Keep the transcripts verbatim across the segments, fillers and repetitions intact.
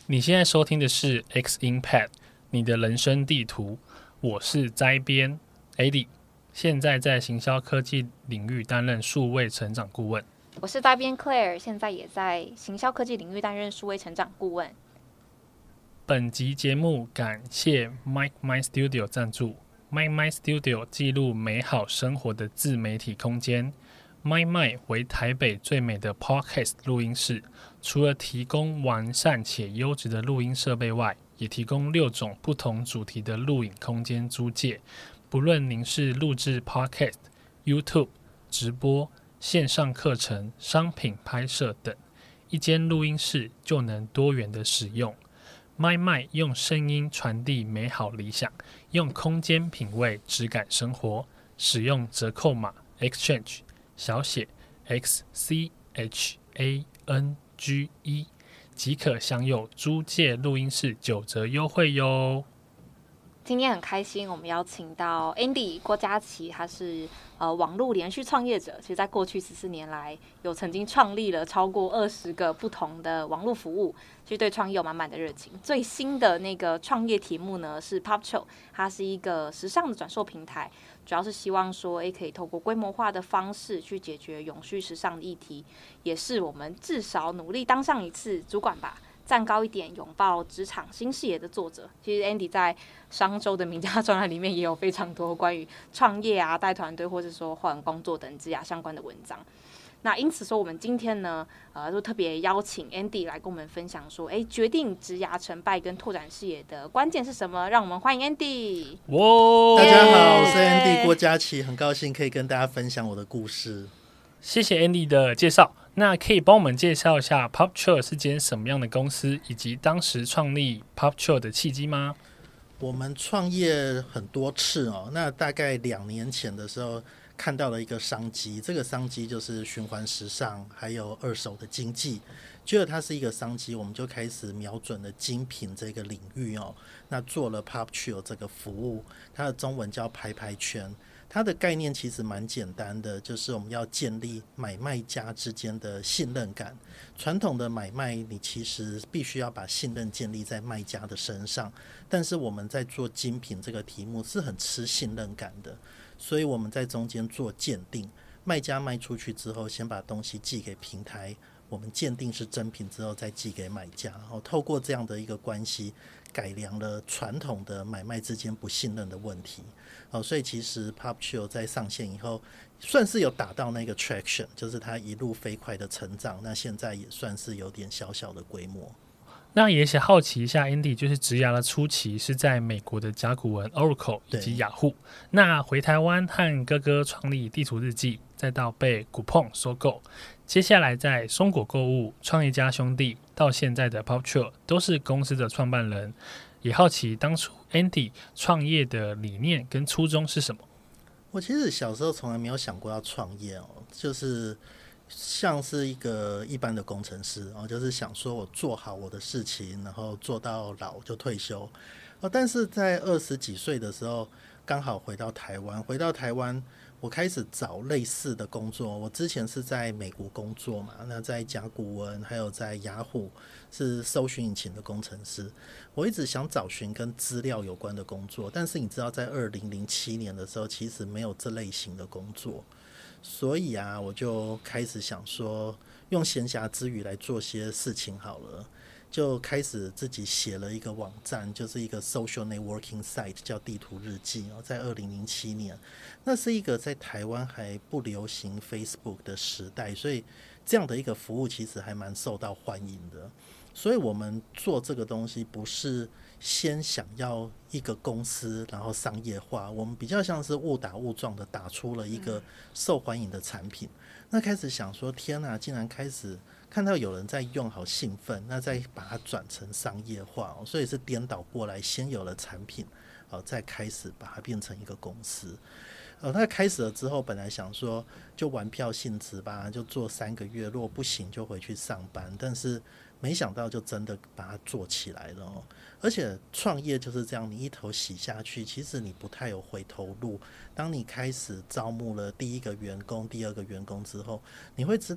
你现在收听的是 X Impact 你的人生地图，我是摘编 Eddie， 现在在行销科技领域担任数位成长顾问。 我是摘编 Claire， 现在也在行销科技领域担任数位成长顾问。 本集节目感谢 Mic My Studio 赞助。Mic My Studio 记录美好生活的自媒体空间。Mic My 为台北最美的 Podcast 录音室，除了提供完善且优质的录音设备外，也提供六种不同主题的录影空间租借。不论您是录制 Podcast、YouTube、直播、线上课程、商品拍摄等，一间录音室就能多元的使用。麦麦用声音传递美好理想，用空间品味质感生活。使用折扣码 Exchange 小写 X C H A N G E 即可享有租借录音室九折优惠哟。 今天很开心，我们邀请到 Andy 郭嘉琪，他是呃网络连续创业者。其实，在过去十四年来，有曾经创立了超过二十个不同的网络服务，其实对创业有满满的热情。最新的那个创业题目呢是 Popcho， 它是一个时尚的转售平台，主要是希望说，哎，可以透过规模化的方式去解决永续时尚的议题，也是我们至少努力当上一次主管吧。站高一点，拥抱职场新视野的作者，其实 Andy 在商周的名家专栏里面也有非常多关于创业啊、带团队或者说换工作等职涯相关的文章。那因此说，我们今天呢，呃，就特别邀请 Andy 来跟我们分享说，哎，决定职涯成败跟拓展视野的关键是什么？让我们欢迎 Andy。 大家好，我是 Andy 郭嘉琪，很高兴可以跟大家分享我的故事。 谢谢 Andy 的介绍。那可以帮我们介绍一下 Popcho 是间什么样的公司，以及当时创立 Popcho 的契机吗？ 我们创业很多次哦，那大概两年前的时候看到了一个商机，这个商机就是循环时尚还有二手的经济，觉得它是一个商机，我们就开始瞄准了精品这个领域哦，那做了 Popcho 这个服务，它的中文叫拍拍圈。它的概念其实蛮简单的，就是我们要建立买卖家之间的信任感。传统的买卖你其实必须要把信任建立在卖家的身上，但是我们在做精品这个题目是很吃信任感的，所以我们在中间做鉴定，卖家卖出去之后先把东西寄给平台，我们鉴定是真品之后再寄给买家，然后透过这样的一个关系改良了传统的买卖之间不信任的问题。哦、所以其实 Popcho 在上线以后算是有打到那个 traction， 就是它一路飞快的成长，那现在也算是有点小小的规模。 那也想好奇一下 Andy， 就是职涯的初期是在美国的甲骨文 Oracle 以及雅虎，那回台湾和哥哥创立地图日记，再到被古碰收购，接下来在松果购物、创业家兄弟到现在的 Popcho 都是公司的创办人。也好奇当初 Andy 创业的理念跟初衷是什么？ 我其实小时候从来没有想过要创业哦，就是像是一个一般的工程师哦，就是想说我做好我的事情，然后做到老就退休哦。但是在二十几岁的时候，刚好回到台湾，回到台湾。我开始找类似的工作，我之前是在美国工作嘛，那在甲骨文还有在雅虎是搜寻引擎的工程师，我一直想找寻跟资料有关的工作，但是你知道在二零零七年的时候其实没有这类型的工作，所以啊我就开始想说用闲暇之余来做些事情好了，就开始自己写了一个网站，就是一个 social networking site 叫地图日记，在二零零七年，那是一个在台湾还不流行 Facebook 的时代，所以这样的一个服务其实还蛮受到欢迎的。所以我们做这个东西不是先想要一个公司然后商业化，我们比较像是误打误撞的打出了一个受欢迎的产品。那开始想说天哪，竟然开始看到有人在用，好兴奋，那再把它转成商业化，所以是颠倒过来，先有了产品，再开始把它变成一个公司。呃，那开始了之后，本来想说就玩票性质吧，就做三个月，如果不行就回去上班，但是没想到就真的把它做起来了哦。而且创业就是这样，你一头洗下去，其实你不太有回头路。当你开始招募了第一个员工、第二个员工之后，你会知道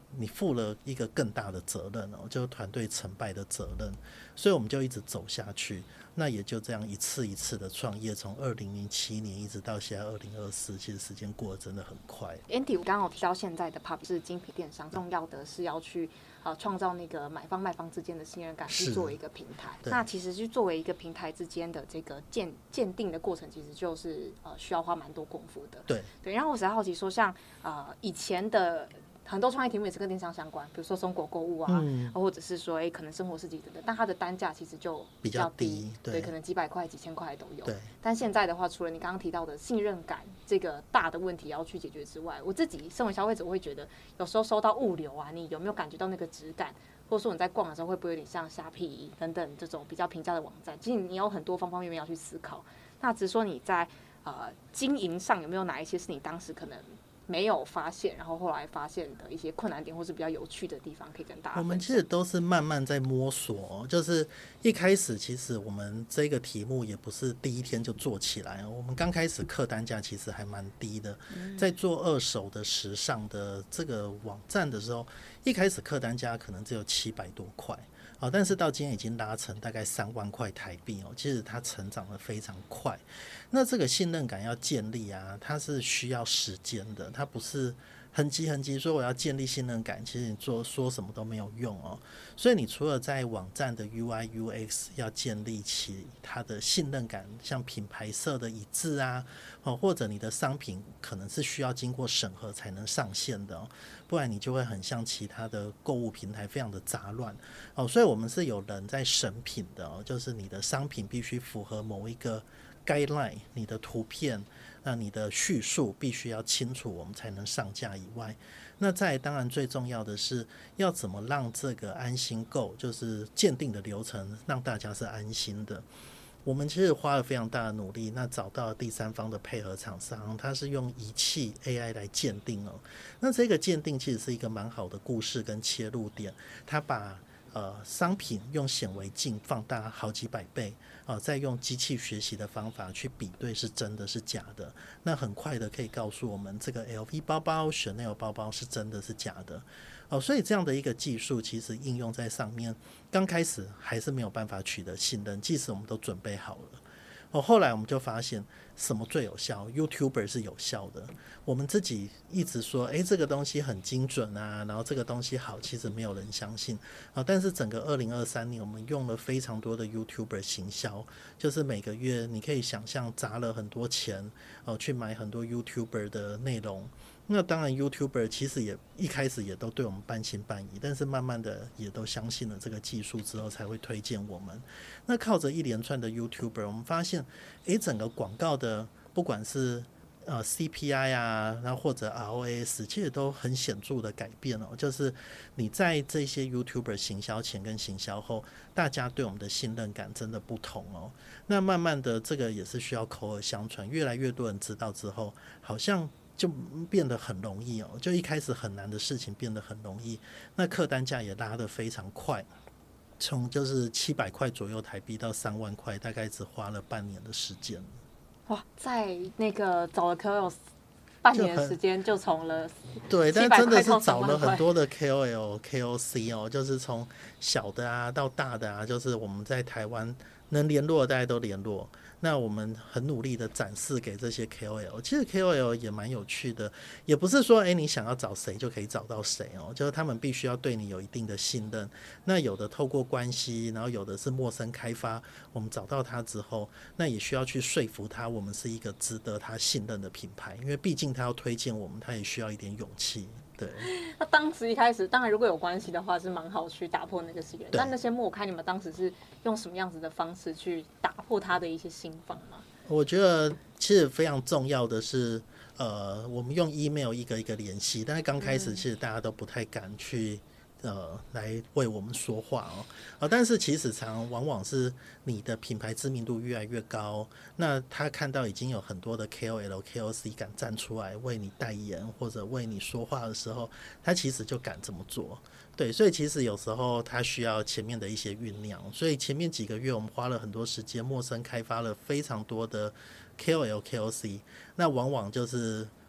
你负了一个更大的责任哦，就是团队成败的责任，所以我们就一直走下去。那也就这样一次一次的创业，从二零零七年一直到现在二零二四，其实时间过得真的很快。 Andy， 我刚刚有提到现在的 Pub 是精品电商，重要的是要去呃创造那个买方卖方之间的信任感，是作为一个平台。那其实是作为一个平台之间的这个鉴鉴定的过程，其实就是呃需要花蛮多功夫的。 对对，然后我实在好奇说，像呃以前的。很多创业题目也是跟电商相关，比如说松果购物啊，嗯、或者是说，哎、欸，可能生活市集等等，但它的单价其实就比较低， 比较低 对, 对，可能几百块、几千块都有。 对。 但现在的话，除了你刚刚提到的信任感这个大的问题要去解决之外，我自己身为消费者，我会觉得有时候收到物流啊，你有没有感觉到那个质感，或者说你在逛的时候会不会有点像虾皮等等这种比较平价的网站？其实你有很多方方面面要去思考。那只是说你在呃经营上有没有哪一些是你当时可能没有发现，然后后来发现的一些困难点，或是比较有趣的地方，可以跟大家分享。 我们其实都是慢慢在摸索，就是一开始其实我们这个题目也不是第一天就做起来，我们刚开始客单价其实还蛮低的，在做二手的时尚的这个网站的时候，一开始客单价可能只有七百多块。哦，但是到今天已经拉成大概三万块台币哦，其实它成长得非常快。那这个信任感要建立啊，它是需要时间的，它不是很急很急说我要建立信任感，其实你做说什么都没有用哦。所以你除了在网站的 U I U X 要建立起它的信任感，像品牌色的一致啊，哦，或者你的商品可能是需要经过审核才能上线的哦，不然你就会很像其他的购物平台非常的杂乱哦。所以我们是有人在审品的哦，就是你的商品必须符合某一个 guideline， 你的图片那你的叙述必须要清楚，我们才能上架以外，那再来当然最重要的是要怎么让这个安心购就是鉴定的流程让大家是安心的。我们其实花了非常大的努力，那找到第三方的配合厂商，它是用仪器 A I 来鉴定哦。那这个鉴定其实是一个蛮好的故事跟切入点，它把呃商品用显微镜放大好几百倍啊、呃，再用机器学习的方法去比对是真的是假的，那很快的可以告诉我们这个 L V 包包 Chanel 包包是真的是假的哦。所以这样的一个技术其实应用在上面，刚开始还是没有办法取得信任，即使我们都准备好了哦。后来我们就发现什么最有效 YouTuber 是有效的，我们自己一直说诶这个东西很精准啊，然后这个东西好，其实没有人相信啊。但是整个二零二三年我们用了非常多的 YouTuber 行销，就是每个月你可以想象砸了很多钱哦、啊，去买很多 YouTuber 的内容。那当然 YouTuber 其实也一开始也都对我们半信半疑，但是慢慢的也都相信了这个技术之后才会推荐我们。那靠着一连串的 YouTuber， 我们发现诶整个广告的不管是呃 C P I 啊，然后或者 R O S 其实都很显著的改变哦。就是你在这些 YouTuber 行销前跟行销后，大家对我们的信任感真的不同哦。那慢慢的这个也是需要口耳相传，越来越多人知道之后，好像就变得很容易哦，就一开始很难的事情变得很容易，那客单价也拉得非常快，从就是七百块左右台币到三万块，大概只花了半年的时间。 哇，在那个找了 K O L 半年的时间就从了对，但真的是找了很多的 K O L、K O C 哦，就是从小的啊到大的啊，就是我们在台湾能联络的大家都联络。那我们很努力的展示给这些 K O L， 其实 K O L 也蛮有趣的，也不是说诶你想要找谁就可以找到谁哦，就是他们必须要对你有一定的信任。那有的透过关系，然后有的是陌生开发，我们找到他之后，那也需要去说服他我们是一个值得他信任的品牌，因为毕竟他要推荐我们，他也需要一点勇气。对， 那当时一开始，当然如果有关系的话，是蛮好去打破那个信任。但那些陌开，你们当时是用什么样子的方式去打破他的一些心防吗？ 我觉得其实非常重要的是，呃，我们用 email 一个一个联系，但是刚开始其实大家都不太敢去。呃，来为我们说话哦，呃，但是其实常往往是你的品牌知名度越来越高，那他看到已经有很多的 K O L、K O C 敢站出来为你代言或者为你说话的时候，他其实就敢这么做。对，所以其实有时候他需要前面的一些酝酿，所以前面几个月我们花了很多时间，陌生开发了非常多的 K O L、K O C， 那往往就是。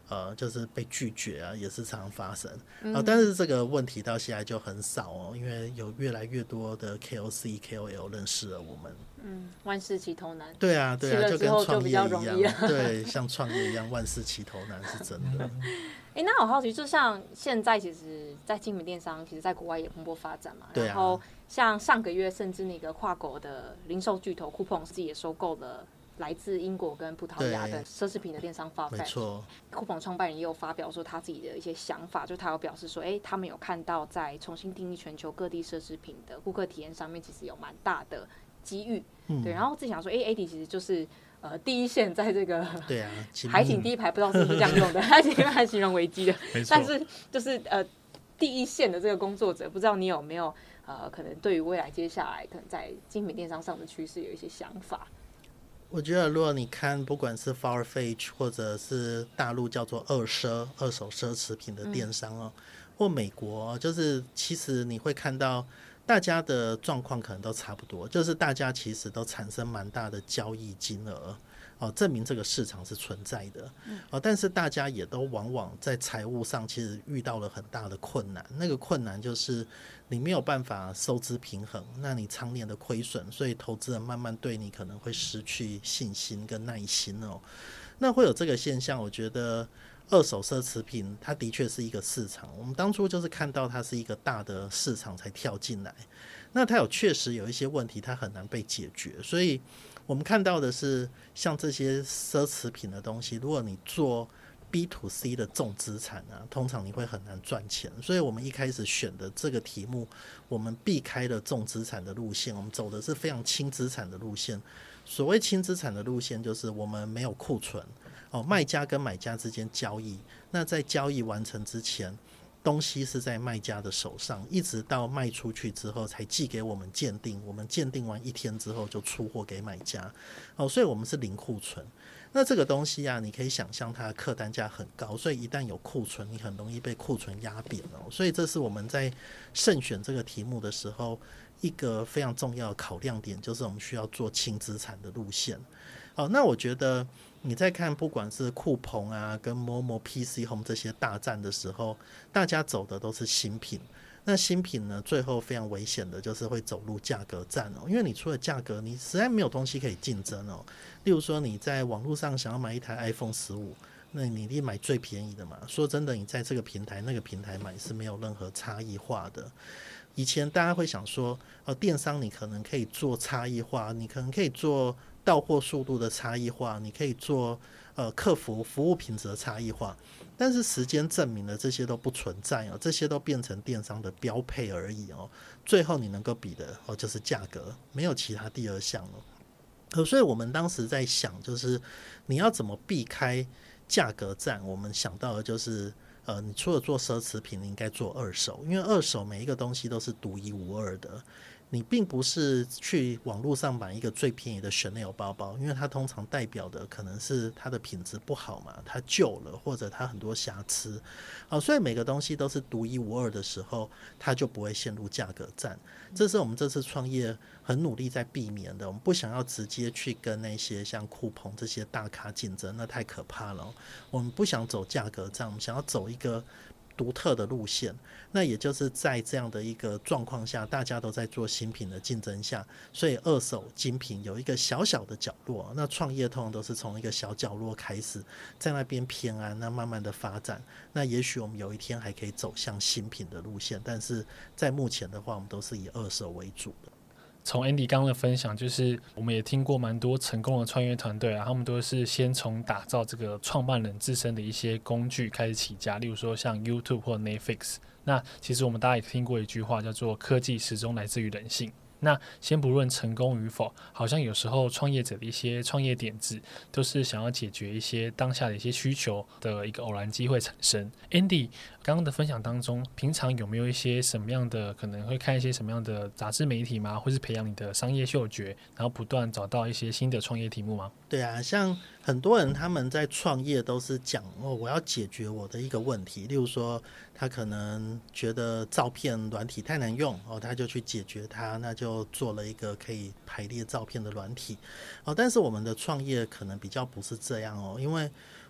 呃，就是被拒绝啊，也是常常发生。 嗯呃、但是这个问题到现在就很少哦，因为有越来越多的 K O C、K O L 认识了我们。 嗯，万事起头难。 对啊，对啊，就跟创业一样， 啊、 对，像创业一样，万事起头难是真的。 哎、欸，那我好奇，就像现在，其实，在精品电商，其实在国外也蓬勃发展嘛。 对啊。 然后，像上个月，甚至那个跨国的零售巨头 Coupon 自己也收购了来自英国跟葡萄牙的奢侈品的电商 Farfetch。 没错。 Coupon 创办人也有发表说他自己的一些想法，就他有表示说，哎、欸，他们有看到在重新定义全球各地奢侈品的顾客体验上面，其实有蛮大的机遇。嗯、对，然后自己想说，哎、欸、，A D 其实就是。呃，第一线在这个对啊， 海景第一排，不知道是不是这样用的，海景第一排形容危机的，但是就是呃第一线的这个工作者，不知道你有没有呃可能对于未来接下来可能在精品电商上的趋势有一些想法？ 我觉得如果你看不管是 Farfetch 或者是大陆叫做二奢二手奢侈品的电商哦，嗯、或美国，就是其实你会看到。大家的状况可能都差不多，就是大家其实都产生蛮大的交易金额，哦，证明这个市场是存在的，哦，但是大家也都往往在财务上其实遇到了很大的困难，那个困难就是你没有办法收支平衡，那你常年的亏损，所以投资人慢慢对你可能会失去信心跟耐心哦。那会有这个现象，我觉得二手奢侈品它的确是一个市场，我们当初就是看到它是一个大的市场才跳进来，那它有确实有一些问题它很难被解决，所以我们看到的是像这些奢侈品的东西，如果你做 B to C 的重资产啊，通常你会很难赚钱，所以我们一开始选的这个题目，我们避开了重资产的路线，我们走的是非常轻资产的路线。所谓轻资产的路线就是我们没有库存，哦，卖家跟买家之间交易，那在交易完成之前，东西是在卖家的手上，一直到卖出去之后才寄给我们鉴定，我们鉴定完一天之后就出货给买家，哦，所以我们是零库存。那这个东西啊，你可以想象它的客单价很高，所以一旦有库存，你很容易被库存压扁哦。所以这是我们在慎选这个题目的时候一个非常重要的考量点，就是我们需要做轻资产的路线。好，那我觉得你在看不管是酷澎啊跟 Momo、P C Home 这些大战的时候，大家走的都是新品。那新品呢，最后非常危险的就是会走入价格战哦，因为你除了价格，你实在没有东西可以竞争哦。例如说你在网络上想要买一台 iPhone 十五，那你一定买最便宜的嘛。说真的，你在这个平台那个平台买是没有任何差异化的。以前大家会想说，呃，电商你可能可以做差异化，你可能可以做到货速度的差异化，你可以做呃客服服务品质的差异化，但是时间证明了这些都不存在哦，这些都变成电商的标配而已哦。最后你能够比的哦就是价格，没有其他第二项了。呃，所以我们当时在想，就是你要怎么避开价格战，我们想到的就是呃，你除了做奢侈品，你应该做二手，因为二手每一个东西都是独一无二的。你并不是去网络上买一个最便宜的 Chanel 包包，因为它通常代表的可能是它的品质不好嘛，它旧了或者它很多瑕疵，哦，所以每个东西都是独一无二的时候，它就不会陷入价格战。这是我们这次创业很努力在避免的，我们不想要直接去跟那些像酷澎这些大咖竞争，那太可怕了。我们不想走价格战，我们想要走一个独特的路线，那也就是在这样的一个状况下，大家都在做新品的竞争下，所以二手精品有一个小小的角落，那创业通常都是从一个小角落开始，在那边偏安，那慢慢的发展，那也许我们有一天还可以走向新品的路线，但是在目前的话，我们都是以二手为主的。 从 Andy 刚刚的分享，就是我们也听过蛮多成功的创业团队啊，他们都是先从打造这个创办人自身的一些工具开始起家，例如说像 YouTube 或 Netflix。那其实我们大家也听过一句话叫做科技始终来自于人性。那先不论成功与否，好像有时候创业者的一些创业点子都是想要解决一些当下的一些需求的一个偶然机会产生。 Andy 刚刚的分享当中，平常有没有一些什么样的可能会看一些什么样的杂志媒体吗？或是培养你的商业嗅觉，然后不断找到一些新的创业题目吗？ 对啊，像很多人他们在创业都是讲哦，我要解决我的一个问题，例如说他可能觉得照片软体太难用哦，他就去解决它，那就做了一个可以排列照片的软体哦。但是我们的创业可能比较不是这样哦，因为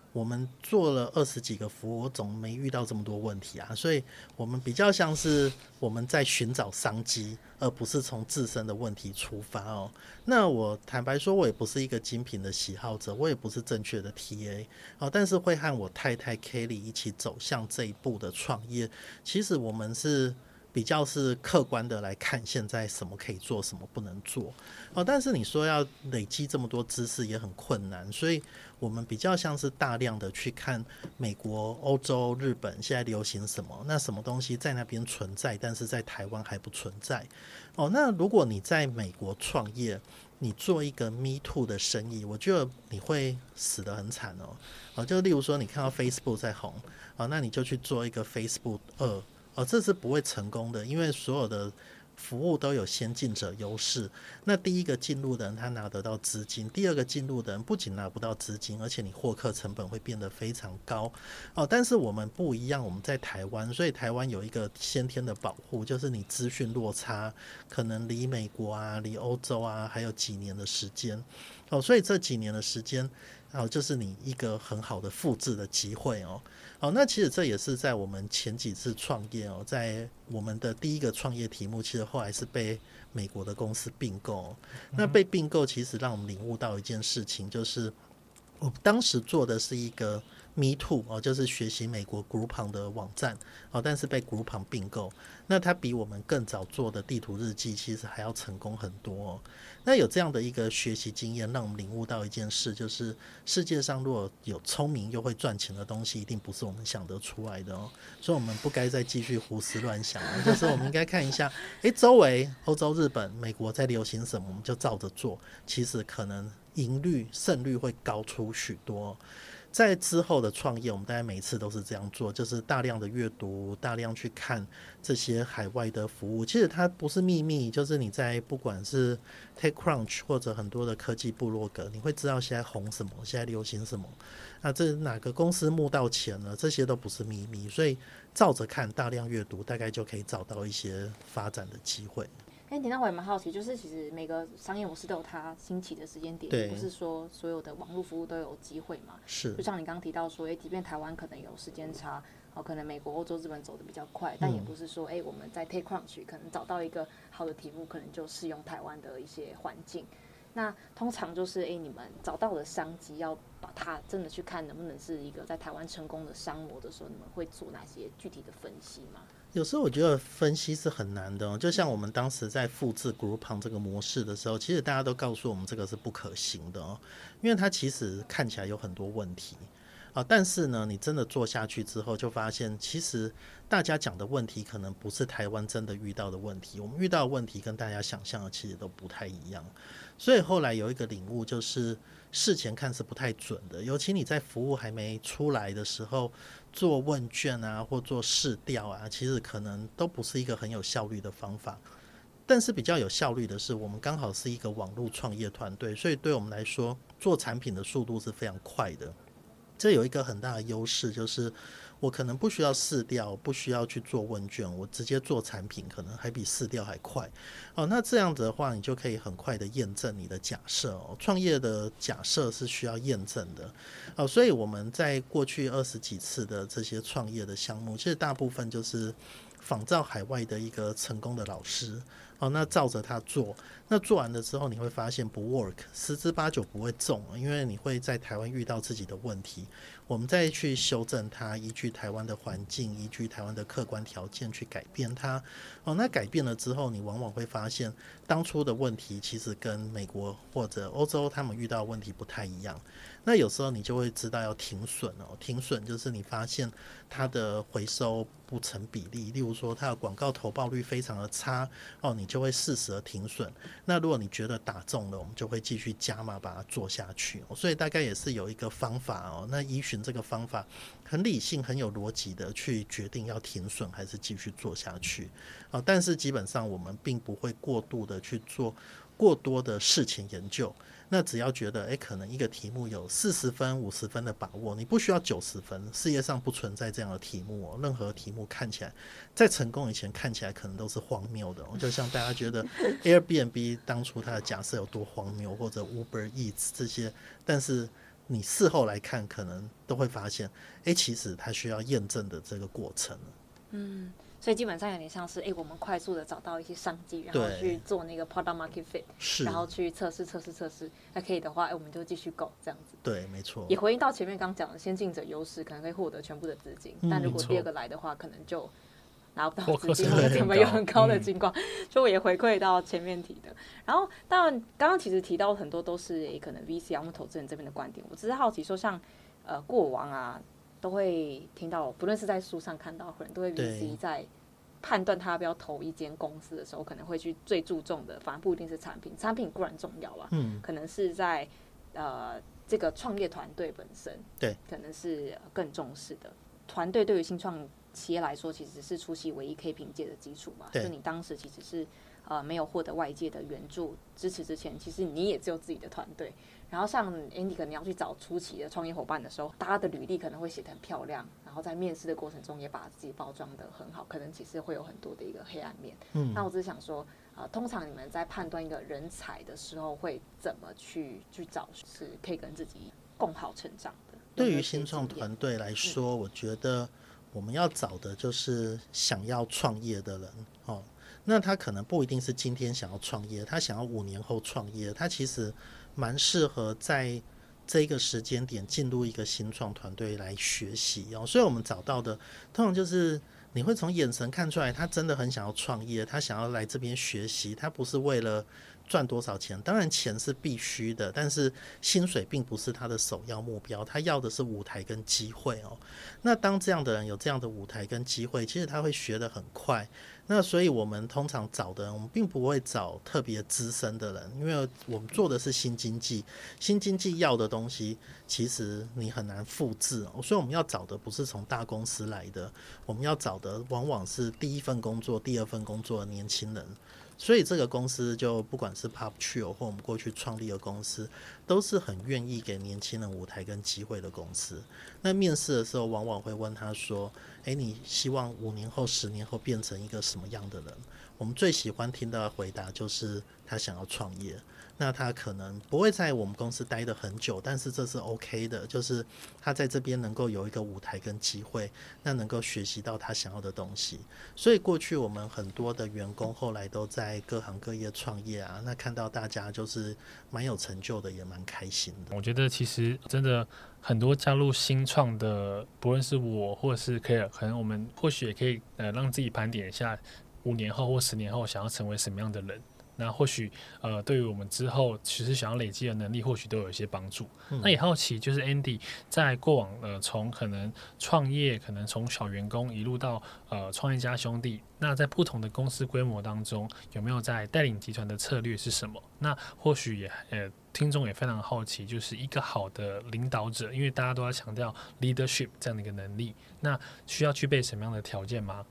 我们做了二十几个服务，我总没遇到这么多问题啊，所以我们比较像是我们在寻找商机，而不是从自身的问题出发哦。那我坦白说，我也不是一个精品的喜好者，我也不是正确的 T A 哦，但是会和我太太 Kelly 一起走向这一步的创业，其实我们是比较是客观的来看现在什么可以做，什么不能做哦。但是你说要累积这么多知识也很困难，所以我们比较像是大量的去看美国、欧洲、日本现在流行什么，那什么东西在那边存在，但是在台湾还不存在哦。那如果你在美国创业，你做一个 Me Too 的生意，我觉得你会死得很惨哦。哦，就例如说你看到 Facebook 在红，哦，那你就去做一个 Facebook 二。哦，这是不会成功的，因为所有的服务都有先进者优势。那第一个进入的人他拿得到资金，第二个进入的人不仅拿不到资金，而且你获客成本会变得非常高哦。但是我们不一样，我们在台湾，所以台湾有一个先天的保护，就是你资讯落差可能离美国啊、离欧洲啊还有几年的时间哦，所以这几年的时间哦，就是你一个很好的复制的机会哦。哦，那其实这也是在我们前几次创业哦，在我们的第一个创业题目，其实后来是被美国的公司并购哦。那被并购其实让我们领悟到一件事情，就是我当时做的是一个 Me Too 哦，就是学习美国 Groupon 的网站哦，但是被 Groupon 并购。那它比我们更早做的地图日记其实还要成功很多哦。那有这样的一个学习经验，让我们领悟到一件事，就是世界上如果有聪明又会赚钱的东西，一定不是我们想得出来的哦。所以我们不该再继续胡思乱想，就是我们应该看一下，诶，周围欧洲、日本、美国在流行什么，我们就照着做。其实可能赢率、胜率会高出许多哦。在之后的创业，我们大概每次都是这样做，就是大量的阅读，大量去看这些海外的服务。其实它不是秘密，就是你在不管是 TechCrunch 或者很多的科技部落格，你会知道现在红什么，现在流行什么。那这哪个公司募到钱了，这些都不是秘密，所以照着看，大量阅读，大概就可以找到一些发展的机会。 哎，听到我也蛮好奇，就是其实每个商业模式都有它兴起的时间点，不是说所有的网络服务都有机会嘛？ 是， 就像你刚刚提到说，哎，即便台湾可能有时间差，哦，可能美国、欧洲、日本走的比较快，但也不是说，哎，我们在 TechCrunch 可能找到一个好的题目，可能就适用台湾的一些环境。那通常就是，哎，你们找到的商机，要把它真的去看能不能是一个在台湾成功的商模的时候，你们会做哪些具体的分析吗？ 有时候我觉得分析是很难的哦，就像我们当时在复制 Groupon 这个模式的时候，其实大家都告诉我们这个是不可行的哦，因为它其实看起来有很多问题啊，但是呢，你真的做下去之后，就发现其实大家讲的问题可能不是台湾真的遇到的问题，我们遇到的问题跟大家想象的其实都不太一样，所以后来有一个领悟，就是事前看是不太准的，尤其你在服务还没出来的时候做问卷啊或做市调啊，其实可能都不是一个很有效率的方法。但是比较有效率的是，我们刚好是一个网络创业团队，所以对我们来说做产品的速度是非常快的。这有一个很大的优势，就是我可能不需要试调，不需要去做问卷，我直接做产品可能还比试调还快哦。那这样子的话，你就可以很快的验证你的假设哦。创业的假设是需要验证的哦，所以我们在过去二十几次的这些创业的项目，其实大部分就是仿照海外的一个成功的老师哦，那照着他做，那做完了之后你会发现不 work， 十之八九不会中，因为你会在台湾遇到自己的问题，我们再去修正它，依据台湾的环境，依据台湾的客观条件去改变它哦。那改变了之后，你往往会发现当初的问题其实跟美国或者欧洲他们遇到的问题不太一样，那有时候你就会知道要停损哦。停损就是你发现它的回收不成比例，例如说它的广告投报率非常的差哦，你就会适时的停损。那如果你觉得打中了，我们就会继续加码把它做下去哦。所以大概也是有一个方法哦，那依循这个方法，很理性、很有逻辑的去决定要停损还是继续做下去哦。但是基本上我们并不会过度的去做过多的事情研究。那只要觉得诶可能一个题目有四十分五十分的把握，你不需要九十分，世界上不存在这样的题目哦。任何题目看起来在成功以前看起来可能都是荒谬的哦，就像大家觉得 Airbnb 当初它的假设有多荒谬，或者 Uber Eats 这些，但是你事后来看可能都会发现，哎，其实它需要验证的这个过程。 嗯，所以基本上有点像是，哎，我们快速的找到一些商机，然后去做那个 product market fit， 是， 然后去测试测试测试，那可以的话，哎，我们就继续 go 这样子。 对，没错。也回应到前面刚讲的先进者优势，可能可以获得全部的资金，嗯、但如果第二个来的话，可能就拿不到资金，或者成本有很高的情况，所以我也回馈到前面提的。然后，当然刚刚其实提到很多都是可能 V C 啊、投资人这边的观点，我只是好奇说像，呃过往啊都会听到，不论是在书上看到，可能都会 V C 在判断他要不要投一间公司的时候，可能会去最注重的，反而不一定是产品，产品固然重要啦，嗯，可能是在呃这个创业团队本身， 对， 可能是更重视的。团队对于新创企业来说，其实是初期唯一可以凭借的基础嘛。就你当时其实是呃没有获得外界的援助支持之前，其实你也只有自己的团队。然后像 Andy 可能要去找初期的创业伙伴的时候，大家的履历可能会写得很漂亮，然后在面试的过程中也把自己包装得很好，可能其实会有很多的一个黑暗面。嗯，那我只是想说，呃，通常你们在判断一个人才的时候，会怎么去去找是可以跟自己共好成长的？ 对于新创团队来说，嗯、我觉得我们要找的就是想要创业的人哦。那他可能不一定是今天想要创业，他想要五年后创业，他其实蛮适合在这个时间点进入一个新创团队来学习哦。所以我们找到的通常就是你会从眼神看出来，他真的很想要创业，他想要来这边学习，他不是为了赚多少钱，当然钱是必须的，但是薪水并不是他的首要目标，他要的是舞台跟机会哦。那当这样的人有这样的舞台跟机会，其实他会学得很快。那所以我们通常找的人，我们并不会找特别资深的人，因为我们做的是新经济，新经济要的东西其实你很难复制哦。所以我们要找的不是从大公司来的，我们要找的往往是第一份工作、第二份工作的年轻人。所以这个公司就不管是 Poptrio 或我们过去创立的公司，都是很愿意给年轻人舞台跟机会的公司。那面试的时候往往会问他说，诶，你希望五年后十年后变成一个什么样的人？我们最喜欢听到的回答就是他想要创业。那他可能不会在我们公司待得很久，但是这是 OK 的，就是他在这边能够有一个舞台跟机会，那能够学习到他想要的东西。所以过去我们很多的员工后来都在各行各业创业啊，那看到大家就是蛮有成就的，也蛮开心的。 我觉得其实真的很多加入新创的，不论是我或者是 Claire， 可能我们或许也可以呃让自己盘点一下五年后或十年后想要成为什么样的人。那或许呃，对于我们之后其实想要累积的能力，或许都有一些帮助。嗯、那也好奇，就是 Andy 在过往呃，从可能创业，可能从小员工一路到呃创业家兄弟，那在不同的公司规模当中，有没有在带领集团的策略是什么？那或许也呃，听众也非常好奇，就是一个好的领导者，因为大家都在强调 leadership 这样的一个能力，那需要具备什么样的条件吗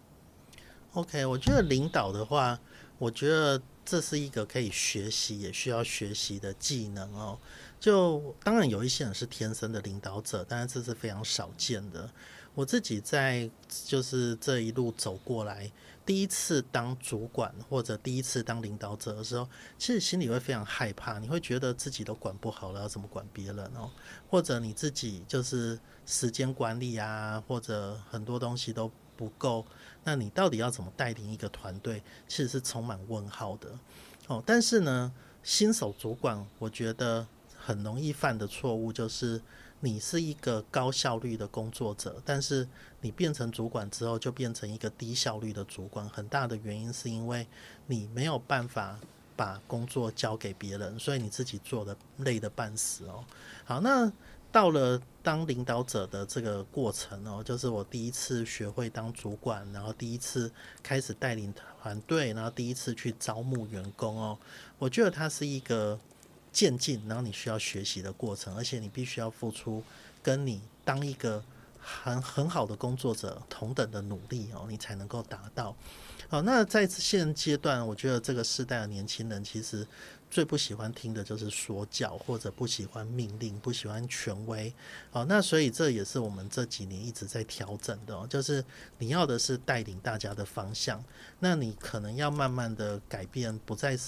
？OK， 我觉得领导的话，我觉得这是一个可以学习也需要学习的技能哦。就当然有一些人是天生的领导者，但是这是非常少见的。我自己在就是这一路走过来，第一次当主管或者第一次当领导者的时候，其实心里会非常害怕，你会觉得自己都管不好了，要怎么管别人哦？或者你自己就是时间管理啊，或者很多东西都不够，那你到底要怎么带领一个团队，其实是充满问号的哦。但是呢，新手主管我觉得很容易犯的错误就是你是一个高效率的工作者，但是你变成主管之后就变成一个低效率的主管，很大的原因是因为你没有办法把工作交给别人，所以你自己做的累得半死哦。好，那到了当领导者的这个过程哦，就是我第一次学会当主管，然后第一次开始带领团队，然后第一次去招募员工哦，我觉得它是一个渐进，然后你需要学习的过程，而且你必须要付出跟你当一个很很好的工作者同等的努力哦，你才能够达到。好，那在现阶段，我觉得这个世代的年轻人其实最不喜欢听的就是说教，或者不喜欢命令，不喜欢权威。好，那所以这也是我们这几年一直在调整的哦，就是你要的是带领大家的方向，那你可能要慢慢的改变，不再是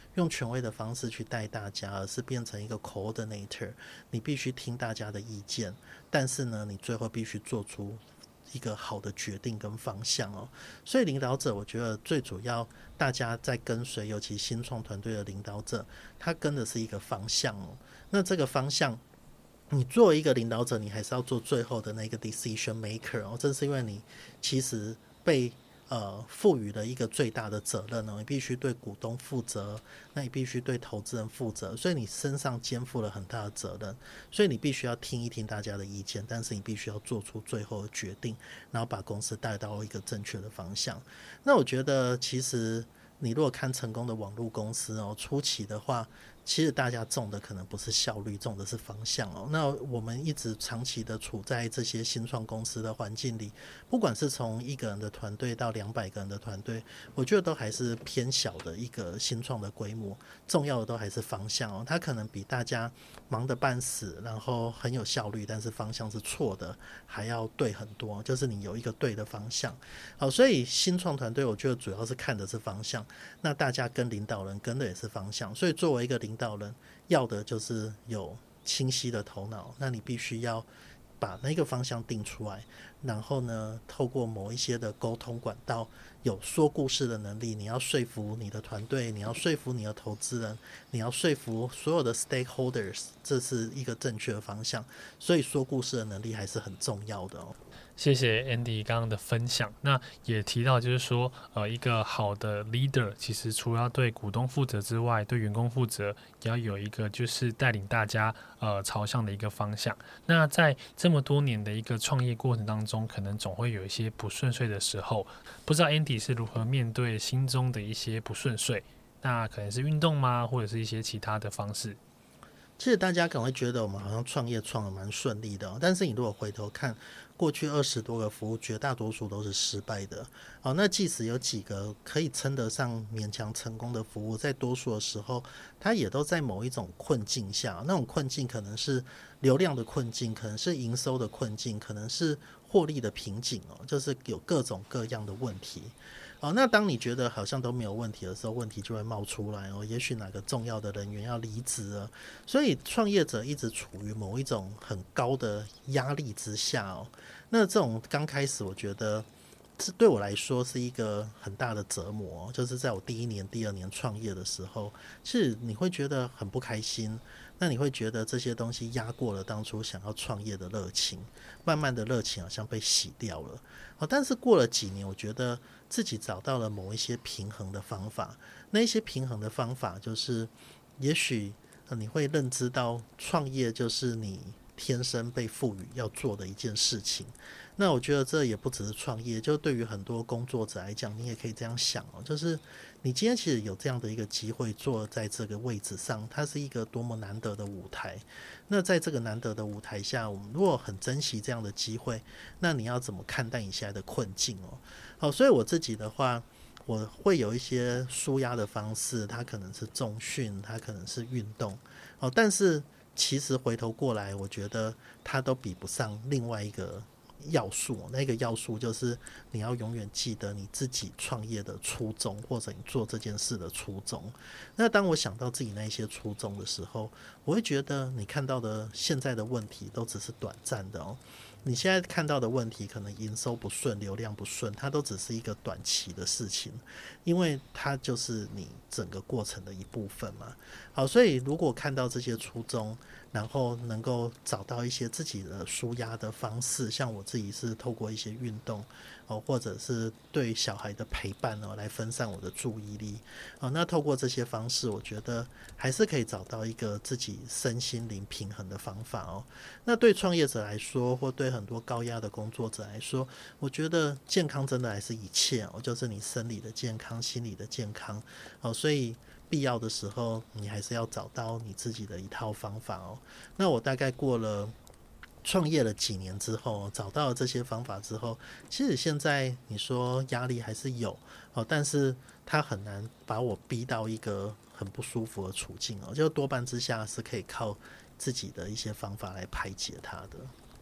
用权威的方式去带大家，而是变成一个 coordinator， 你必须听大家的意见，但是呢，你最后必须做出一个好的决定跟方向哦。所以领导者我觉得最主要大家在跟随，尤其新创团队的领导者，他跟的是一个方向哦。那这个方向你作为一个领导者，你还是要做最后的那个 decision maker 哦。正是因为你其实被呃赋予了一个最大的责任哦，你必须对股东负责，那你必须对投资人负责，所以你身上肩负了很大的责任，所以你必须要听一听大家的意见，但是你必须要做出最后的决定，然后把公司带到一个正确的方向。那我觉得其实你如果看成功的网络公司哦，初期的话，其实大家重的可能不是效率，重的是方向哦。那我们一直长期的处在这些新创公司的环境里，不管是从一个人的团队到两百个人的团队，我觉得都还是偏小的一个新创的规模。重要的都还是方向哦，它可能比大家忙得半死，然后很有效率，但是方向是错的，还要对很多，就是你有一个对的方向。好，所以新创团队我觉得主要是看的是方向，那大家跟领导人跟的也是方向，所以作为一个领导人，要的就是有清晰的头脑，那你必须要把那个方向定出来，然后呢，透过某一些的沟通管道，有说故事的能力，你要说服你的团队，你要说服你的投资人，你要说服所有的 stakeholders， 这是一个正确的方向，所以说故事的能力还是很重要的哦。 谢谢 Andy 刚刚的分享。那也提到就是说，呃，一个好的 leader 其实除了要对股东负责之外，对员工负责，也要有一个就是带领大家呃朝向的一个方向。那在这么多年的一个创业过程当中，可能总会有一些不顺遂的时候，不知道 Andy 是如何面对心中的一些不顺遂？那可能是运动吗，或者是一些其他的方式？ 其实大家可能会觉得我们好像创业创得蛮顺利的哦，但是你如果回头看过去二十多个服务，绝大多数都是失败的。好，那即使有几个可以称得上勉强成功的服务，在多数的时候，它也都在某一种困境下。那种困境可能是流量的困境，可能是营收的困境，可能是获利的瓶颈哦，就是有各种各样的问题。哦，那当你觉得好像都没有问题的时候，问题就会冒出来哦。也许哪个重要的人员要离职了，所以创业者一直处于某一种很高的压力之下哦。那这种刚开始，我觉得这对我来说是一个很大的折磨哦。就是在我第一年、第二年创业的时候，是你会觉得很不开心，那你会觉得这些东西压过了当初想要创业的热情，慢慢的热情好像被洗掉了。哦，但是过了几年，我觉得自己找到了某一些平衡的方法。那一些平衡的方法就是，也许你会认知到创业就是你天生被赋予要做的一件事情。那我觉得这也不只是创业，就对于很多工作者来讲，你也可以这样想哦，就是你今天其实有这样的一个机会坐在这个位置上，它是一个多么难得的舞台。那在这个难得的舞台下，我们如果很珍惜这样的机会，那你要怎么看待你现在的困境哦？好，所以我自己的话，我会有一些抒压的方式，它可能是重训，它可能是运动哦，但是其实回头过来，我觉得它都比不上另外一个要素，那个要素就是你要永远记得你自己创业的初衷，或者你做这件事的初衷。那当我想到自己那些初衷的时候，我会觉得你看到的现在的问题都只是短暂的哦。你现在看到的问题，可能营收不顺、流量不顺，它都只是一个短期的事情，因为它就是你整个过程的一部分嘛。好，所以如果看到这些初衷，然后能够找到一些自己的抒压的方式，像我自己是透过一些运动哦，或者是对小孩的陪伴哦，来分散我的注意力哦。那透过这些方式，我觉得还是可以找到一个自己身心灵平衡的方法哦。那对创业者来说，或对很多高压的工作者来说，我觉得健康真的还是一切哦，就是你生理的健康、心理的健康哦，所以必要的时候，你还是要找到你自己的一套方法哦。那我大概过了创业了几年之后，找到了这些方法之后，其实现在你说压力还是有哦，但是它很难把我逼到一个很不舒服的处境哦，就多半之下是可以靠自己的一些方法来排解它的。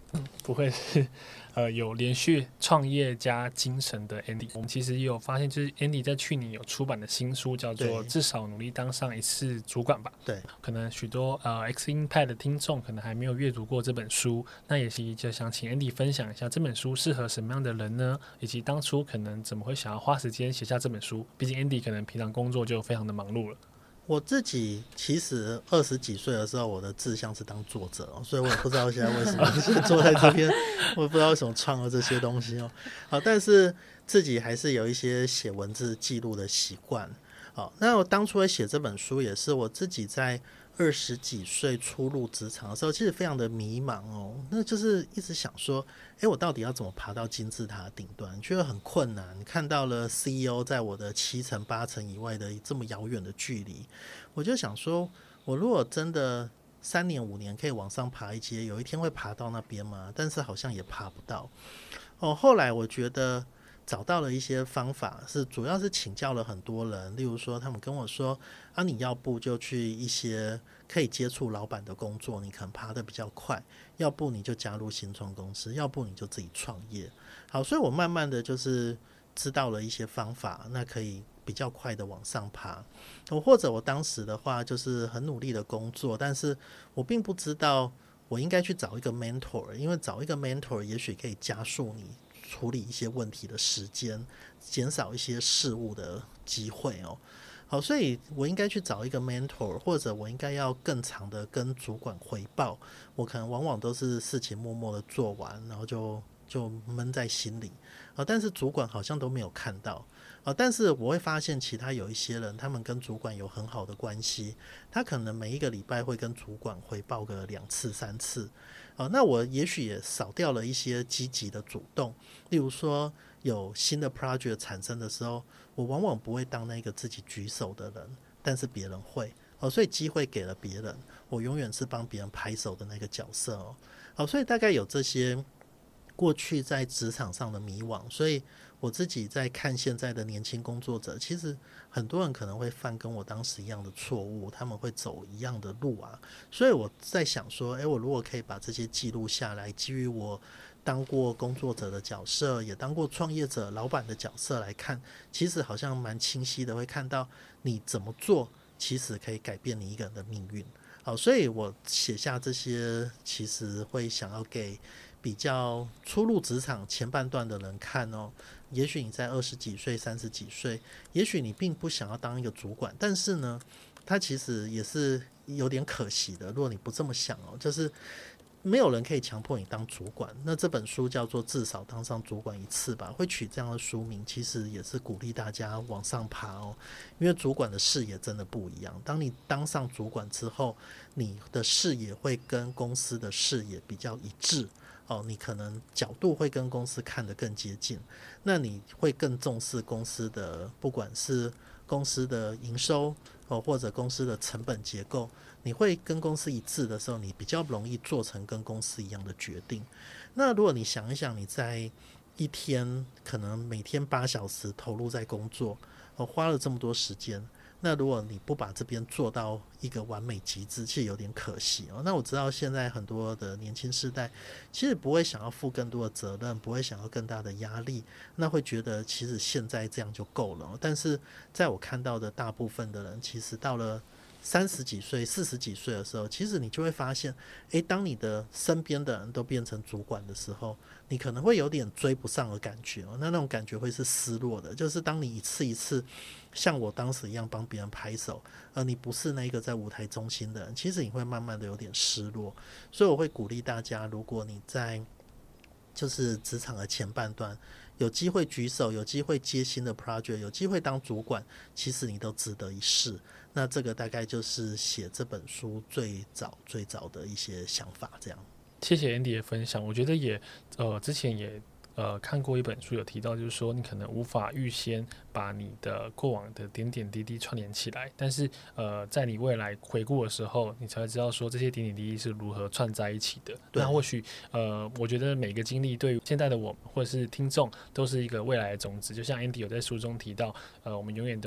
不会是呃有连续创业家精神的 Andy。我们其实也有发现，就是 Andy 在去年有出版的新书，叫做《至少努力当上一次主管吧》。 对， 可能许多呃 X Impact 的听众可能还没有阅读过这本书，那也是就想请 Andy 分享一下这本书适合什么样的人呢？以及当初可能怎么会想要花时间写下这本书？毕竟 Andy 可能平常工作就非常的忙碌了。 我自己其实二十几岁的时候，我的志向是当作者、哦，所以我也不知道现在为什么坐在这边，我也不知道为什么创了这些东西哦。好，但是自己还是有一些写文字记录的习惯。好，那我当初会写这本书，也是我自己在二十几岁初入职场的时候，其实非常的迷茫哦。那就是一直想说，哎，我到底要怎么爬到金字塔的顶端？觉得很困难。看到了 C E O 在我的七层八层以外的这么遥远的距离，我就想说，我如果真的三年五年可以往上爬一阶，有一天会爬到那边吗？但是好像也爬不到。哦，后来我觉得找到了一些方法，是主要是请教了很多人，例如说他们跟我说啊，你要不就去一些可以接触老板的工作，你可能爬得比较快，要不你就加入新创公司，要不你就自己创业。好，所以我慢慢的就是知道了一些方法，那可以比较快的往上爬。或者我当时的话就是很努力的工作，但是我并不知道我应该去找一个 mentor， 因为找一个 mentor 也许可以加速你处理一些问题的时间，减少一些事务的机会哦。好，所以我应该去找一个 mentor， 或者我应该要更长的跟主管回报。我可能往往都是事情默默的做完，然后就就闷在心里啊，但是主管好像都没有看到啊。但是我会发现，其他有一些人，他们跟主管有很好的关系，他可能每一个礼拜会跟主管回报个两次三次。哦，那我也许也少掉了一些积极的主动，例如说有新的 project 产生的时候，我往往不会当那个自己举手的人，但是别人会哦，所以机会给了别人，我永远是帮别人拍手的那个角色哦。好，所以大概有这些过去在职场上的迷惘，所以我自己在看现在的年轻工作者，其实很多人可能会犯跟我当时一样的错误，他们会走一样的路啊。所以我在想说，诶，我如果可以把这些记录下来，基于我当过工作者的角色，也当过创业者老板的角色来看，其实好像蛮清晰的，会看到你怎么做其实可以改变你一个人的命运。好，所以我写下这些，其实会想要给比较初入职场前半段的人看哦。也许你在二十几岁、三十几岁，也许你并不想要当一个主管，但是呢，它其实也是有点可惜的。如果你不这么想哦，就是没有人可以强迫你当主管。那这本书叫做《至少当上主管一次吧》，会取这样的书名，其实也是鼓励大家往上爬哦。因为主管的视野真的不一样。当你当上主管之后，你的视野会跟公司的视野比较一致。哦，你可能角度会跟公司看得更接近，那你会更重视公司的，不管是公司的营收哦，或者公司的成本结构，你会跟公司一致的时候，你比较容易做成跟公司一样的决定。那如果你想一想，你在一天可能每天八小时投入在工作，哦，花了这么多时间。那如果你不把这边做到一个完美极致，其实有点可惜哦。那我知道现在很多的年轻世代其实不会想要负更多的责任，不会想要更大的压力，那会觉得其实现在这样就够了。但是在我看到的大部分的人，其实到了三十几岁、四十几岁的时候，其实你就会发现，诶，当你的身边的人都变成主管的时候，你可能会有点追不上的感觉哦。那那种感觉会是失落的，就是当你一次一次像我当时一样帮别人拍手，而你不是那个在舞台中心的人，其实你会慢慢的有点失落。所以我会鼓励大家，如果你在就是职场的前半段有机会举手，有机会接新的 project， 有机会当主管，其实你都值得一试。那这个大概就是写这本书最早最早的一些想法，这样。 谢谢 Andy 的分享，我觉得也呃之前也呃看过一本书有提到，就是说你可能无法预先把你的过往的点点滴滴串联起来，但是呃在你未来回顾的时候，你才会知道说这些点点滴滴是如何串在一起的。那或许呃我觉得每个经历对于现在的我们或者是听众都是一个未来的种子，就像 Andy 有在书中提到，呃我们永远都要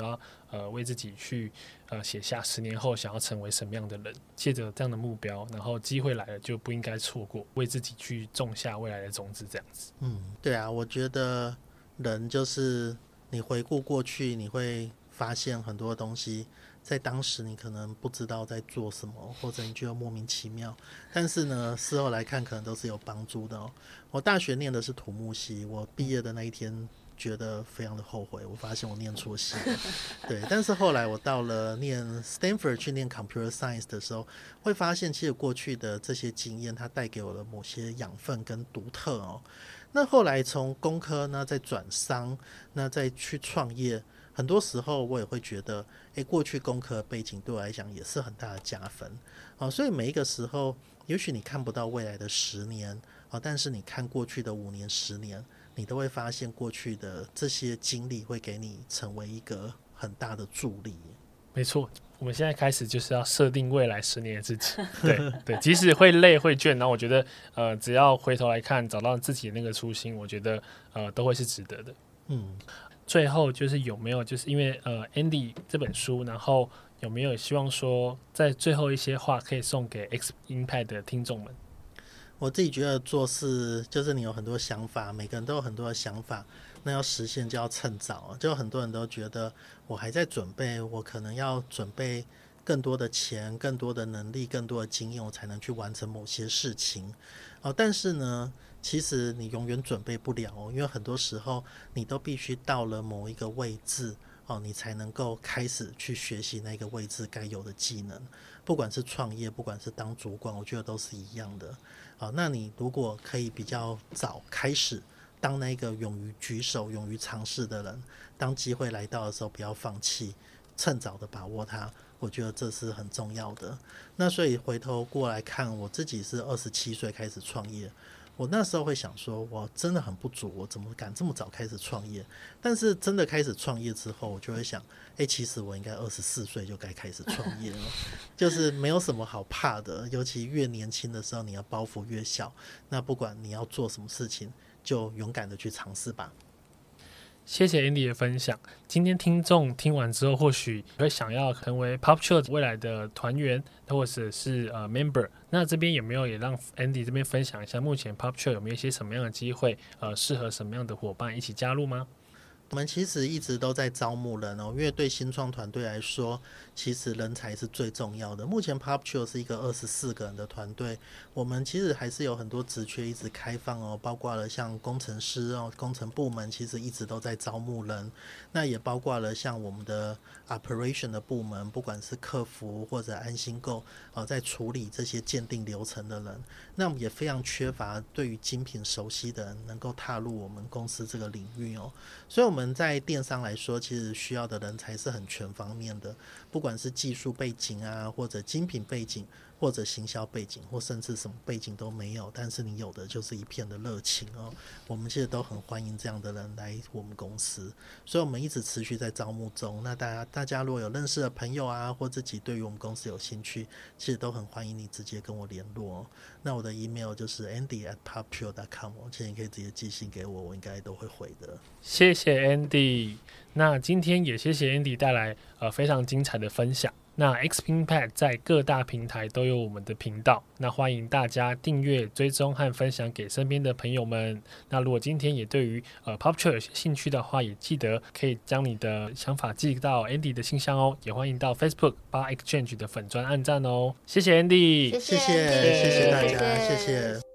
呃为自己去呃写下十年后想要成为什么样的人，借着这样的目标，然后机会来了就不应该错过，为自己去种下未来的种子，这样子。 嗯，对啊，我觉得人就是你回顾过去，你会发现很多东西在当时你可能不知道在做什么，或者你觉得莫名其妙，但是呢事后来看可能都是有帮助的哦。我大学念的是土木系，我毕业的那一天觉得非常的后悔，我发现我念错系了。对，但是后来我到了念 Stanford 去念 Computer Science 的时候，会发现其实过去的这些经验它带给我的某些养分跟独特哦。那后来从工科呢再转商，那再去创业，很多时候我也会觉得诶，过去工科的背景对我来讲也是很大的加分、哦、所以每一个时候也许你看不到未来的十年、哦、但是你看过去的五年十年，你都会发现过去的这些经历会给你成为一个很大的助力。 没错，我们现在开始就是要设定未来十年的自己。对对，即使会累会倦，然后我觉得呃，只要回头来看，找到自己的那个初心，我觉得呃都会是值得的。 嗯， 最后就是有没有就是因为呃 Andy 这本书，然后有没有希望说在最后一些话可以送给 X Impact 的听众们？ 我自己觉得做事就是你有很多想法，每个人都有很多的想法，那要实现就要趁早。就很多人都觉得我还在准备，我可能要准备更多的钱、更多的能力、更多的经验，我才能去完成某些事情、哦、但是呢其实你永远准备不了、哦、因为很多时候你都必须到了某一个位置、哦、你才能够开始去学习那个位置该有的技能，不管是创业，不管是当主管，我觉得都是一样的。好，那你如果可以比较早开始当那个勇于举手勇于尝试的人，当机会来到的时候不要放弃，趁早的把握它，我觉得这是很重要的。那所以回头过来看，我自己是二十七岁开始创业，我那时候会想说我真的很不足，我怎么敢这么早开始创业。但是真的开始创业之后，我就会想哎，其实我应该二十四岁就该开始创业了就是没有什么好怕的，尤其越年轻的时候你的包袱越小，那不管你要做什么事情就勇敢的去尝试吧。 谢谢 Andy 的分享。今天听众听完之后，或许会想要成为 Popture 未来的团员，或者是呃 member。那这边有没有也让 Andy 这边分享一下，目前 Popture 有没有一些什么样的机会，呃，适合什么样的伙伴一起加入吗？ 我们其实一直都在招募人哦，因为对新创团队来说，其实人才是最重要的。目前 Popture 是一个二十四个人的团队，我们其实还是有很多职缺一直开放哦，包括了像工程师哦，工程部门其实一直都在招募人，那也包括了像我们的 operation 的部门，不管是客服或者安心购、呃、在处理这些鉴定流程的人，那我们也非常缺乏对于精品熟悉的人能够踏入我们公司这个领域哦，所以我们我们在电商来说，其实需要的人才是很全方面的，不管是技术背景啊，或者精品背景，或者行销背景，或甚至什么背景都没有，但是你有的就是一片的热情哦。我们其实都很欢迎这样的人来我们公司，所以我们一直持续在招募中。那大家大家如果有认识的朋友啊，或自己对于我们公司有兴趣，其实都很欢迎你直接跟我联络哦。那我的 email 就是 andy at popture dot com， 其实你可以直接寄信给我，我应该都会回的。 谢谢 Andy。那今天也谢谢 Andy 带来呃非常精彩的分享。那 X Impact 在各大平台都有我们的频道，那欢迎大家订阅、追踪和分享给身边的朋友们。那如果今天也对于呃 Popture 有兴趣的话，也记得可以将你的想法寄到 Andy 的信箱哦。也欢迎到 Facebook 八 Exchange 的粉专按赞哦。谢谢 Andy， 谢谢谢谢谢谢大家， 谢谢谢谢。